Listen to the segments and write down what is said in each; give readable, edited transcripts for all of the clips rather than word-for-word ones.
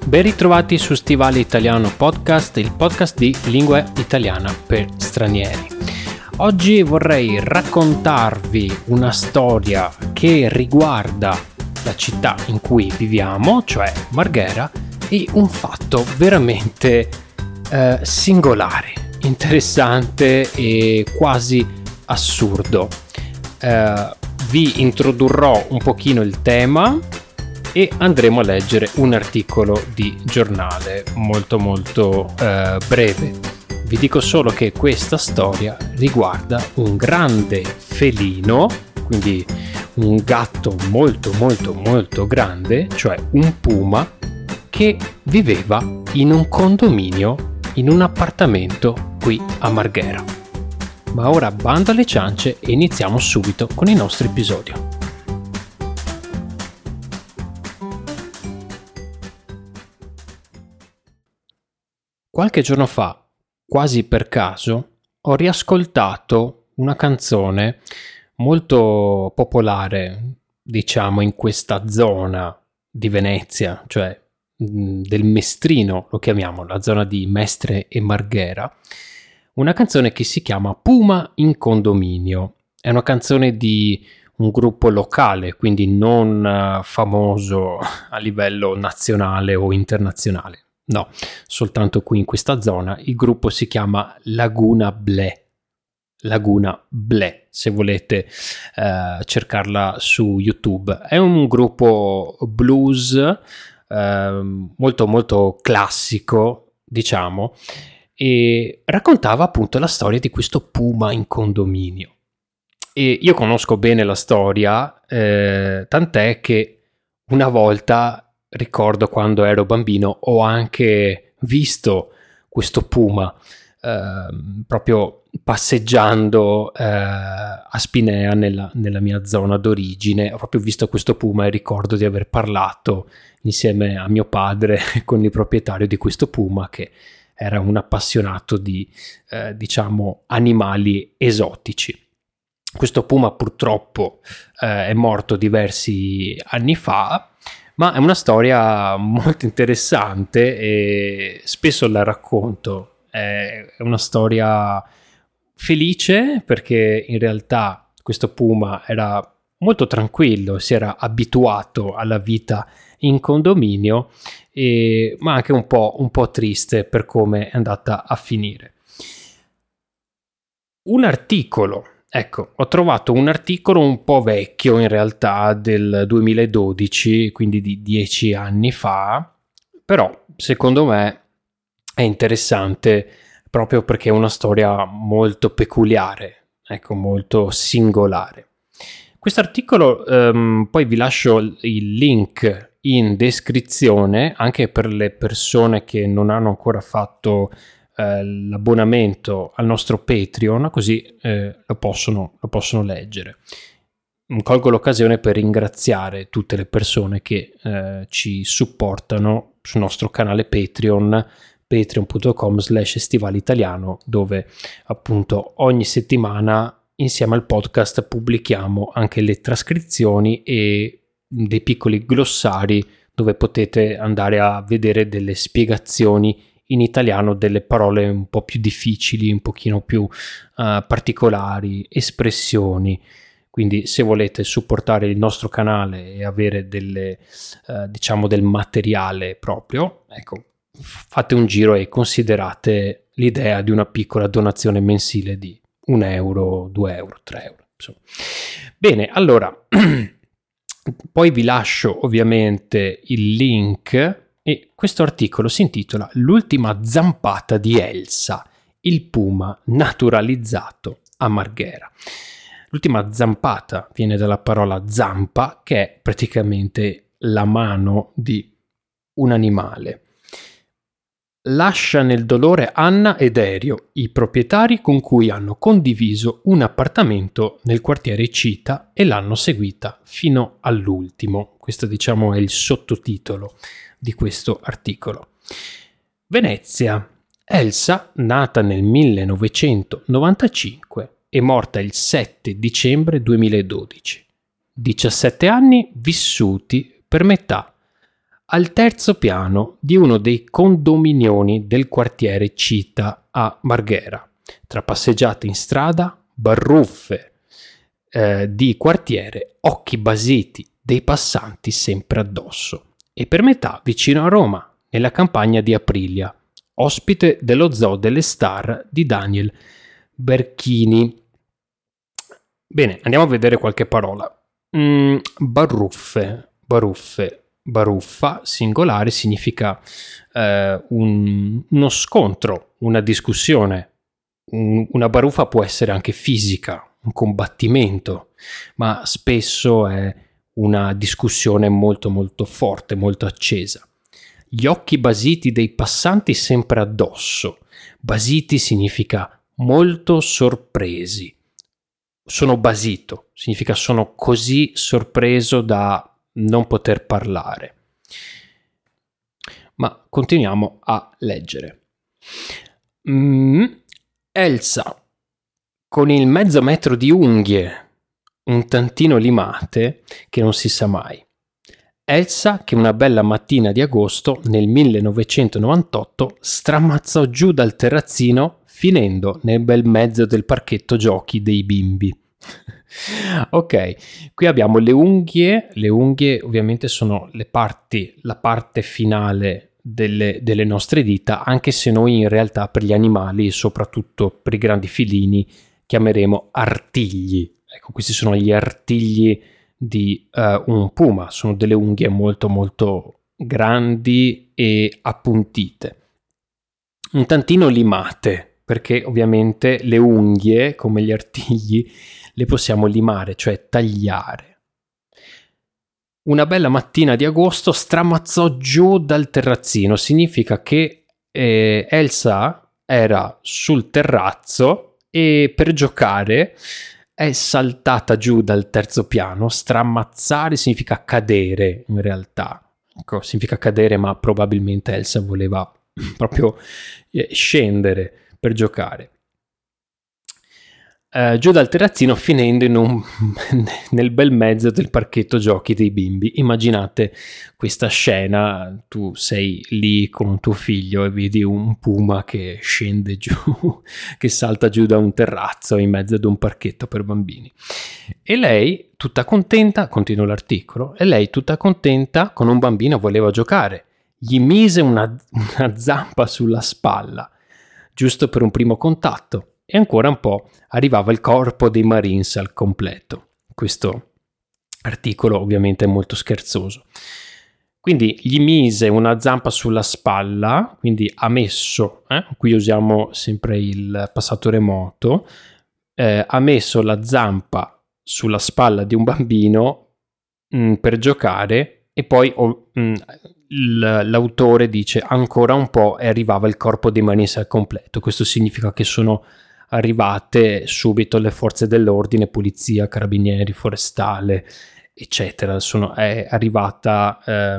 Ben ritrovati su Stivali Italiano Podcast, il podcast di lingua italiana per stranieri. Oggi vorrei raccontarvi una storia che riguarda la città in cui viviamo, cioè Marghera, e un fatto veramente singolare, interessante e quasi assurdo. Vi introdurrò un pochino il tema e andremo a leggere un articolo di giornale molto breve. Vi dico solo che questa storia riguarda un grande felino, quindi un gatto molto grande, cioè un puma, che viveva in un condominio, in un appartamento qui a Marghera. Ma ora bando alle ciance e iniziamo subito con il nostro episodio. Qualche giorno fa, quasi per caso, ho riascoltato una canzone molto popolare, diciamo, in questa zona di Venezia, cioè del Mestrino, lo chiamiamo, la zona di Mestre e Marghera. Una canzone che si chiama Puma in condominio. È una canzone di un gruppo locale, quindi non famoso a livello nazionale o internazionale. No, soltanto qui in questa zona. Il gruppo si chiama Laguna Blé. Laguna Blé, se volete cercarla su YouTube. È un gruppo blues molto classico, diciamo, e raccontava appunto la storia di questo puma in condominio. E io conosco bene la storia, tant'è che una volta, ricordo quando ero bambino, ho anche visto questo puma proprio passeggiando a Spinea nella mia zona d'origine. Ho proprio visto questo puma e ricordo di aver parlato insieme a mio padre con il proprietario di questo puma, che era un appassionato di diciamo animali esotici. Questo puma purtroppo è morto diversi anni fa, ma è una storia molto interessante e spesso la racconto. È una storia felice perché in realtà questo puma era molto tranquillo, si era abituato alla vita in condominio, ma anche un po' triste per come è andata a finire. Ecco, ho trovato un articolo un po' vecchio in realtà, del 2012, quindi di 10 anni fa, però secondo me è interessante proprio perché è una storia molto peculiare, ecco, molto singolare. Questo articolo poi vi lascio il link in descrizione anche per le persone che non hanno ancora fatto l'abbonamento al nostro Patreon, così lo possono leggere. Colgo l'occasione per ringraziare tutte le persone che ci supportano sul nostro canale Patreon, patreon.com/stivalitaliano, dove appunto ogni settimana insieme al podcast pubblichiamo anche le trascrizioni e dei piccoli glossari dove potete andare a vedere delle spiegazioni in italiano delle parole un po' più difficili, un pochino più particolari, espressioni. Quindi se volete supportare il nostro canale e avere del materiale proprio, ecco, fate un giro e considerate l'idea di una piccola donazione mensile di €1, €2, €3. Insomma. Bene, allora poi vi lascio ovviamente il link. E questo articolo si intitola L'ultima zampata di Elsa, il puma naturalizzato a Marghera. L'ultima zampata viene dalla parola zampa, che è praticamente la mano di un animale. Lascia nel dolore Anna ed Erio, i proprietari con cui hanno condiviso un appartamento nel quartiere Cita e l'hanno seguita fino all'ultimo. Questo, diciamo, è il sottotitolo di questo articolo. Venezia. Elsa, nata nel 1995 e morta il 7 dicembre 2012. 17 anni vissuti per metà al terzo piano di uno dei condominioni del quartiere Città a Marghera, tra passeggiate in strada, barruffe di quartiere, occhi basiti dei passanti sempre addosso, e per metà vicino a Roma, nella campagna di Aprilia, ospite dello Zoo delle Star di Daniel Berchini. Bene, andiamo a vedere qualche parola. Baruffa, singolare, significa uno scontro, una discussione. Una baruffa può essere anche fisica, un combattimento, ma spesso è una discussione molto molto forte, molto accesa. Gli occhi basiti dei passanti sempre addosso. Basiti significa molto sorpresi. Sono basito, significa sono così sorpreso da non poter parlare. Ma continuiamo a leggere. Elsa, con il mezzo metro di unghie, un tantino limate, che non si sa mai. Elsa che una bella mattina di agosto nel 1998 stramazzò giù dal terrazzino finendo nel bel mezzo del parchetto giochi dei bimbi. Ok, qui abbiamo le unghie ovviamente sono la parte finale delle nostre dita, anche se noi in realtà per gli animali, soprattutto per i grandi felini, chiameremo artigli. Ecco, questi sono gli artigli di un puma, sono delle unghie molto molto grandi e appuntite, un tantino limate, perché ovviamente le unghie, come gli artigli, le possiamo limare, cioè tagliare. Una bella mattina di agosto stramazzò giù dal terrazzino, significa che Elsa era sul terrazzo e per giocare è saltata giù dal terzo piano. Stramazzare significa cadere, in realtà. Ecco, significa cadere, ma probabilmente Elsa voleva proprio scendere per giocare. Giù dal terrazzino finendo nel bel mezzo del parchetto giochi dei bimbi. Immaginate questa scena, tu sei lì con tuo figlio e vedi un puma che scende giù, che salta giù da un terrazzo in mezzo ad un parchetto per bambini. E lei, tutta contenta, continua l'articolo, e lei tutta contenta con un bambino voleva giocare. Gli mise una zampa sulla spalla, giusto per un primo contatto. E ancora un po' arrivava il corpo dei Marines al completo. Questo articolo ovviamente è molto scherzoso. Quindi gli mise una zampa sulla spalla, quindi ha messo, qui usiamo sempre il passato remoto, ha messo la zampa sulla spalla di un bambino per giocare e poi l'autore dice ancora un po' e arrivava il corpo dei Marines al completo. Questo significa che sono arrivate subito le forze dell'ordine, polizia, carabinieri, forestale, eccetera. È arrivata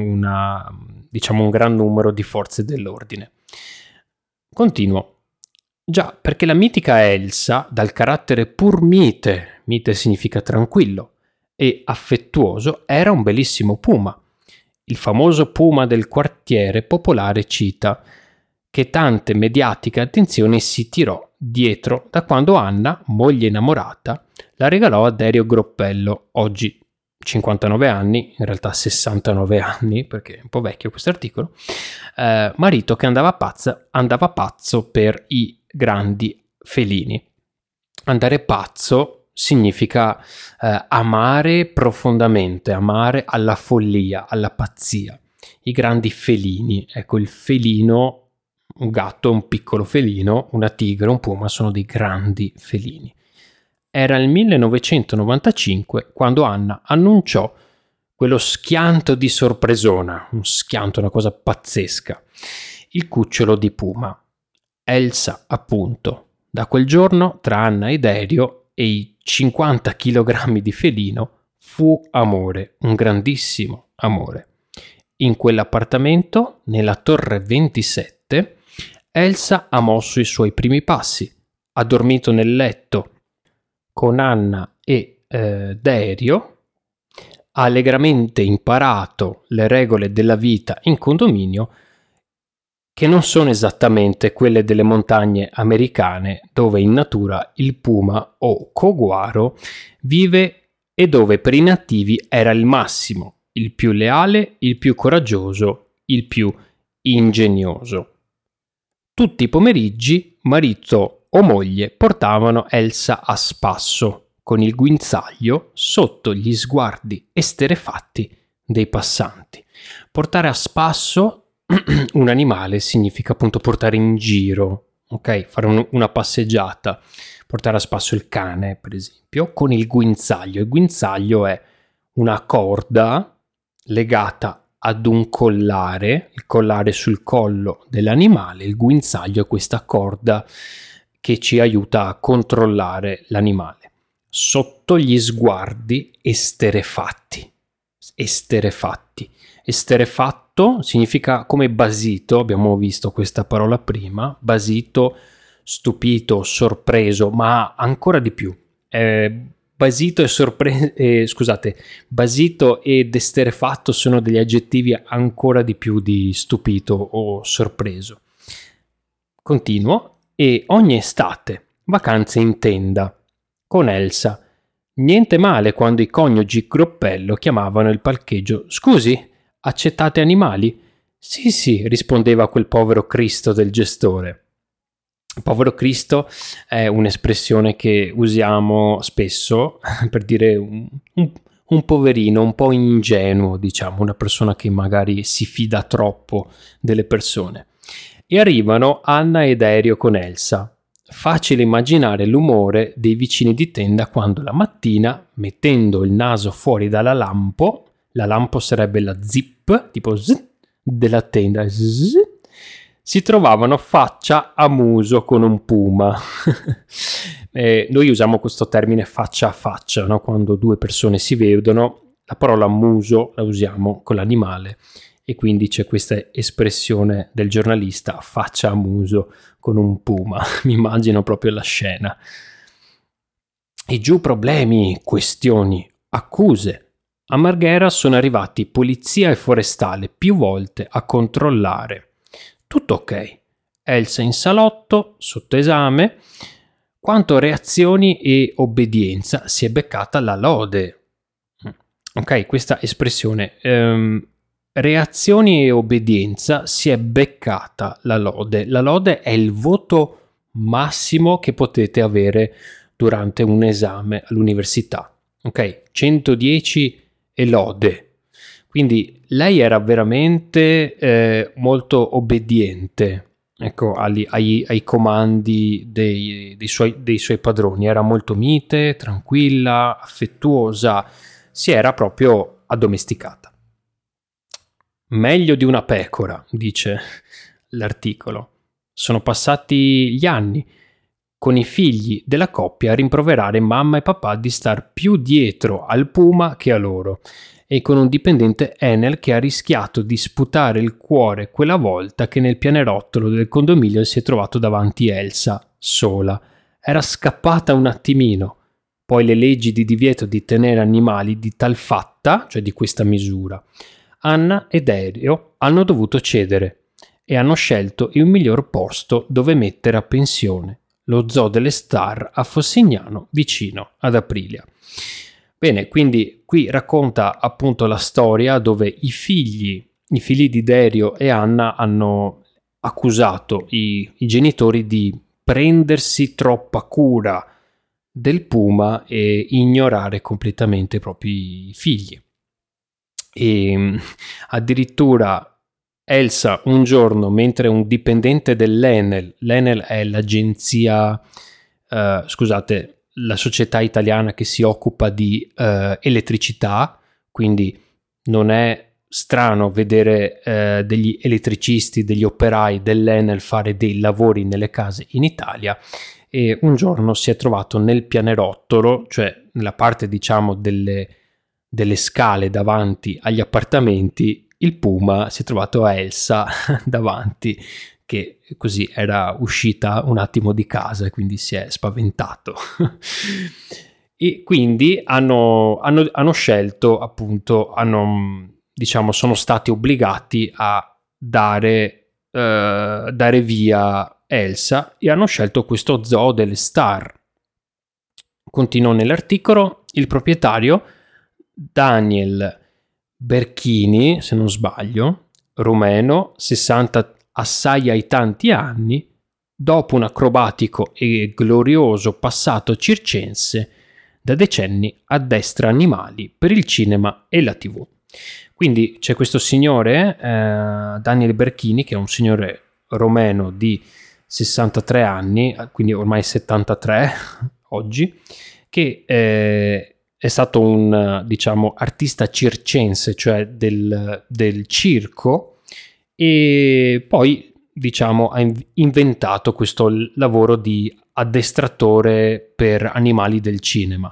un gran numero di forze dell'ordine. Continuo. Già, perché la mitica Elsa, dal carattere pur mite significa tranquillo, e affettuoso, era un bellissimo puma. Il famoso puma del quartiere popolare Città, che tante mediatiche attenzioni si tirò dietro da quando Anna, moglie innamorata, la regalò a Dario Groppello, oggi 59 anni, in realtà 69 anni, perché è un po' vecchio questo articolo, marito che andava pazzo per i grandi felini. Andare pazzo significa amare profondamente, amare alla follia, alla pazzia. I grandi felini, ecco, il felino, un gatto, un piccolo felino, una tigre, un puma sono dei grandi felini. Era il 1995 quando Anna annunciò quello schianto di sorpresona, un schianto, una cosa pazzesca, il cucciolo di puma. Elsa, appunto. Da quel giorno, tra Anna e Dario e i 50 kg di felino, fu amore, un grandissimo amore. In quell'appartamento, nella torre 27, Elsa ha mosso i suoi primi passi, ha dormito nel letto con Anna e Dario, ha allegramente imparato le regole della vita in condominio, che non sono esattamente quelle delle montagne americane, dove in natura il puma o coguaro vive e dove per i nativi era il massimo, il più leale, il più coraggioso, il più ingegnoso. Tutti i pomeriggi marito o moglie portavano Elsa a spasso, con il guinzaglio sotto gli sguardi esterrefatti dei passanti. Portare a spasso un animale significa appunto portare in giro, ok? Fare una passeggiata, portare a spasso il cane, per esempio, con il guinzaglio. Il guinzaglio è una corda legata ad un collare, il collare sul collo dell'animale. Il guinzaglio è questa corda che ci aiuta a controllare l'animale sotto gli sguardi esterrefatti. Esterrefatto significa come basito, abbiamo visto questa parola prima, basito, stupito, sorpreso, ma ancora di più. Basito basito ed esterrefatto sono degli aggettivi ancora di più di stupito o sorpreso. Continuo. E ogni estate, vacanze in tenda, con Elsa. Niente male quando i coniugi Groppello chiamavano il parcheggio: «Scusi, accettate animali?» «Sì», rispondeva quel povero Cristo del gestore. Povero Cristo è un'espressione che usiamo spesso per dire un poverino, un po' ingenuo, diciamo, una persona che magari si fida troppo delle persone. E arrivano Anna ed Aereo con Elsa. Facile immaginare l'umore dei vicini di tenda quando la mattina, mettendo il naso fuori dalla lampo, la lampo sarebbe la zip, tipo zzz, della tenda, zzz, si trovavano faccia a muso con un puma. Noi usiamo questo termine faccia a faccia, no? Quando due persone si vedono, la parola muso la usiamo con l'animale. E quindi c'è questa espressione del giornalista, faccia a muso con un puma. Mi immagino proprio la scena. E giù problemi, questioni, accuse. A Marghera sono arrivati polizia e forestale più volte a controllare. Tutto ok. Elsa in salotto, sotto esame. Quanto reazioni e obbedienza si è beccata la lode. Ok, questa espressione... reazioni e obbedienza si è beccata la lode. La lode è il voto massimo che potete avere durante un esame all'università. Ok, 110 e lode. Quindi lei era veramente molto obbediente, ecco, ai comandi dei suoi padroni. Era molto mite, tranquilla, affettuosa, si era proprio addomesticata. Meglio di una pecora, dice l'articolo. Sono passati gli anni, con i figli della coppia a rimproverare mamma e papà di star più dietro al puma che a loro, e con un dipendente Enel che ha rischiato di sputare il cuore quella volta che nel pianerottolo del condominio si è trovato davanti Elsa, sola. Era scappata un attimino. Poi le leggi di divieto di tenere animali di tal fatta, cioè di questa misura, Anna ed Aereo hanno dovuto cedere e hanno scelto il miglior posto dove mettere a pensione, lo zoo delle star a Fossignano, vicino ad Aprilia. Bene, quindi qui racconta appunto la storia dove i figli di Dario e Anna hanno accusato i genitori di prendersi troppa cura del puma e ignorare completamente i propri figli. E addirittura Elsa un giorno, mentre un dipendente dell'Enel, l'Enel è l'agenzia, la società italiana che si occupa di elettricità, quindi non è strano vedere degli elettricisti, degli operai dell'Enel fare dei lavori nelle case in Italia, e un giorno si è trovato nel pianerottolo, cioè nella parte diciamo delle scale davanti agli appartamenti, il puma si è trovato a Elsa davanti, che così era uscita un attimo di casa e quindi si è spaventato. E quindi hanno scelto, appunto, diciamo, sono stati obbligati a dare via Elsa e hanno scelto questo zoo delle star. Continuò nell'articolo: il proprietario, Daniel Berchini, se non sbaglio, rumeno, 60 assai ai tanti anni, dopo un acrobatico e glorioso passato circense, da decenni addestra animali per il cinema e la TV. Quindi c'è questo signore, Daniel Berchini, che è un signore romeno di 63 anni, quindi ormai 73 oggi, che è stato un, diciamo, artista circense, cioè del circo, e poi, diciamo, ha inventato questo lavoro di addestratore per animali del cinema.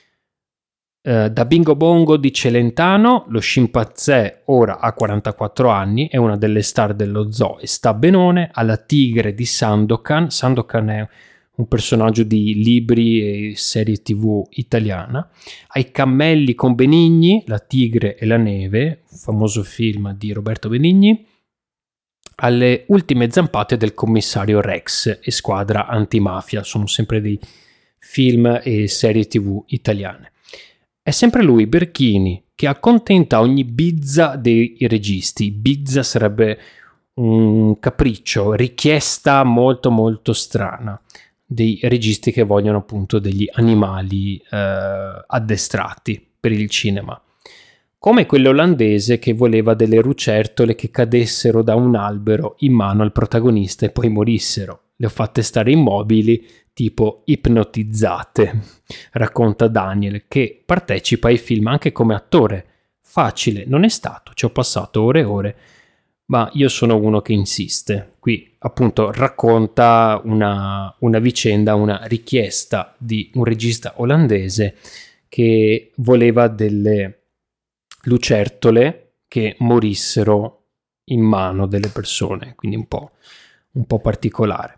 Da Bingo Bongo di Celentano, lo scimpanzé ora ha 44 anni, è una delle star dello zoo e sta benone. Alla tigre di Sandokan è un personaggio di libri e serie TV italiana. Ai cammelli con Benigni, La tigre e la neve, un famoso film di Roberto Benigni. Alle ultime zampate del commissario Rex e squadra antimafia, sono sempre dei film e serie TV italiane. È sempre lui, Berchini, che accontenta ogni bizza dei registi. Bizza sarebbe un capriccio, richiesta molto molto strana dei registi che vogliono appunto degli animali addestrati per il cinema. Come quell'olandese che voleva delle lucertole che cadessero da un albero in mano al protagonista e poi morissero. Le ho fatte stare immobili, tipo ipnotizzate, racconta Daniel, che partecipa ai film anche come attore. Facile non è stato, ci ho passato ore e ore, ma io sono uno che insiste. Qui appunto racconta una vicenda, una richiesta di un regista olandese che voleva delle lucertole che morissero in mano delle persone, quindi un po' particolare.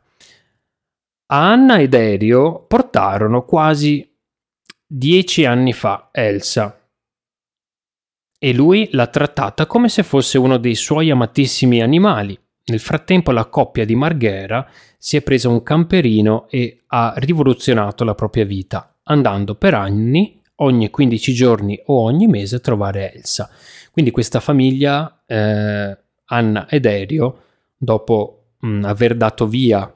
A Anna ed Erio portarono quasi 10 anni fa Elsa e lui l'ha trattata come se fosse uno dei suoi amatissimi animali. Nel frattempo la coppia di Marghera si è presa un camperino e ha rivoluzionato la propria vita, andando per anni ogni 15 giorni o ogni mese a trovare Elsa. Quindi questa famiglia, Anna ed Erio, dopo aver dato via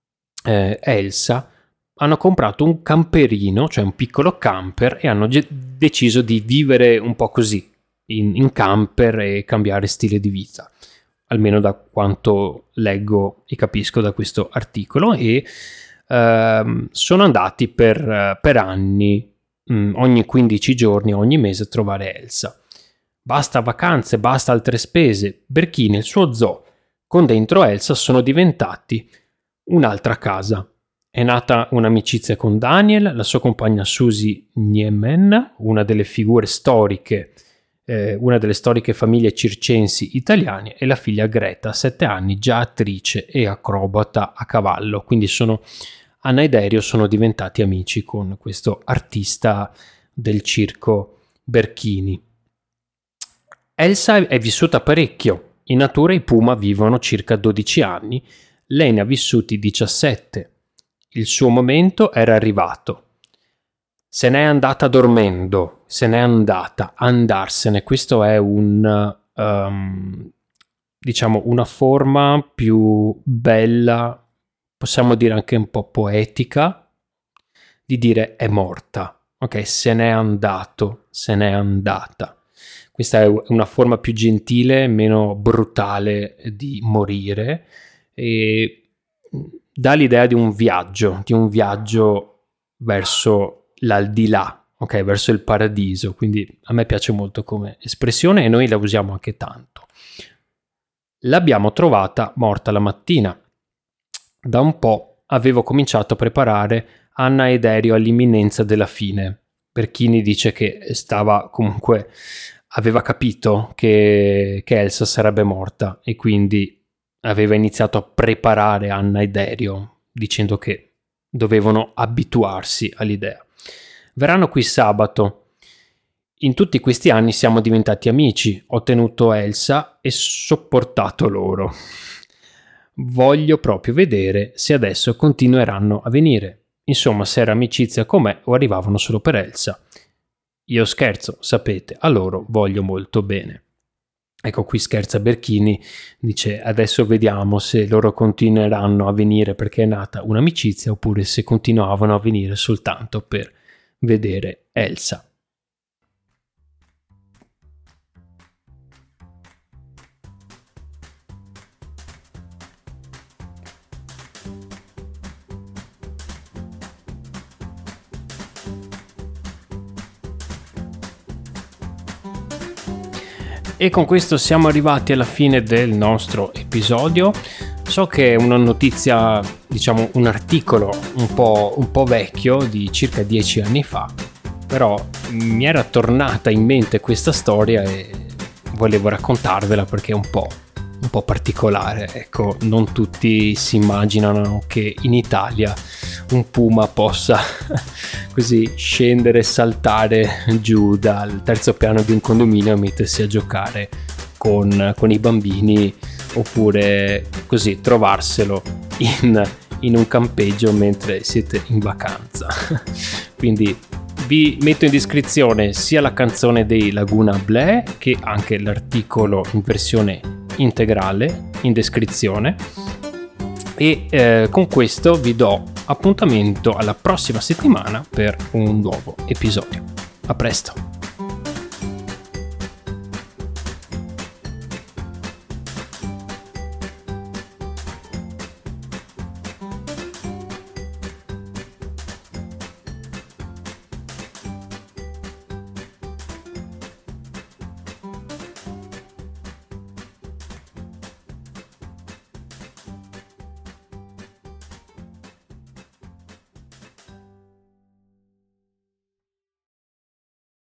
Elsa, hanno comprato un camperino, cioè un piccolo camper, e hanno deciso di vivere un po' così, in camper, e cambiare stile di vita, almeno da quanto leggo e capisco da questo articolo, e sono andati per anni, ogni 15 giorni, ogni mese a trovare Elsa. Basta vacanze, basta altre spese. Berchini e il suo zoo con dentro Elsa sono diventati un'altra casa. È nata un'amicizia con Daniel, la sua compagna Susie Niemen, una delle figure storiche, una delle storiche famiglie circensi italiane, e la figlia Greta, 7 anni, già attrice e acrobata a cavallo. Quindi Anna ed Erio sono diventati amici con questo artista del circo Berchini. Elsa è vissuta parecchio. In natura i puma vivono circa 12 anni, lei ne ha vissuti 17. Il suo momento era arrivato. Se n'è andata dormendo, se n'è andata, andarsene. Questo è diciamo una forma più bella, possiamo dire anche un po' poetica, di dire è morta. Ok, se n'è andato, se n'è andata. Questa è una forma più gentile, meno brutale di morire, e dà l'idea di un viaggio verso l'aldilà, ok, verso il paradiso. Quindi a me piace molto come espressione e noi la usiamo anche tanto. L'abbiamo trovata morta la mattina. Da un po' avevo cominciato a preparare Anna ed Erio all'imminenza della fine. Berchini dice che aveva capito che Elsa sarebbe morta e quindi aveva iniziato a preparare Anna ed Erio, dicendo che dovevano abituarsi all'idea. Verranno qui sabato. In tutti questi anni siamo diventati amici. Ho tenuto Elsa e sopportato loro. Voglio proprio vedere se adesso continueranno a venire. Insomma, se era amicizia con me o arrivavano solo per Elsa. Io scherzo, sapete, a loro voglio molto bene. Ecco, qui scherza Berchini, dice adesso vediamo se loro continueranno a venire perché è nata un'amicizia oppure se continuavano a venire soltanto per vedere Elsa. E con questo siamo arrivati alla fine del nostro episodio. So che è una notizia, diciamo un articolo un po' vecchio di circa 10 anni fa, però mi era tornata in mente questa storia e volevo raccontarvela perché è un po' particolare. Ecco, non tutti si immaginano che in Italia un puma possa così scendere e saltare giù dal terzo piano di un condominio e mettersi a giocare con i bambini, oppure così trovarselo in un campeggio mentre siete in vacanza. Quindi vi metto in descrizione sia la canzone dei Laguna Blé che anche l'articolo in versione integrale in descrizione, e con questo vi do appuntamento alla prossima settimana per un nuovo episodio. A presto.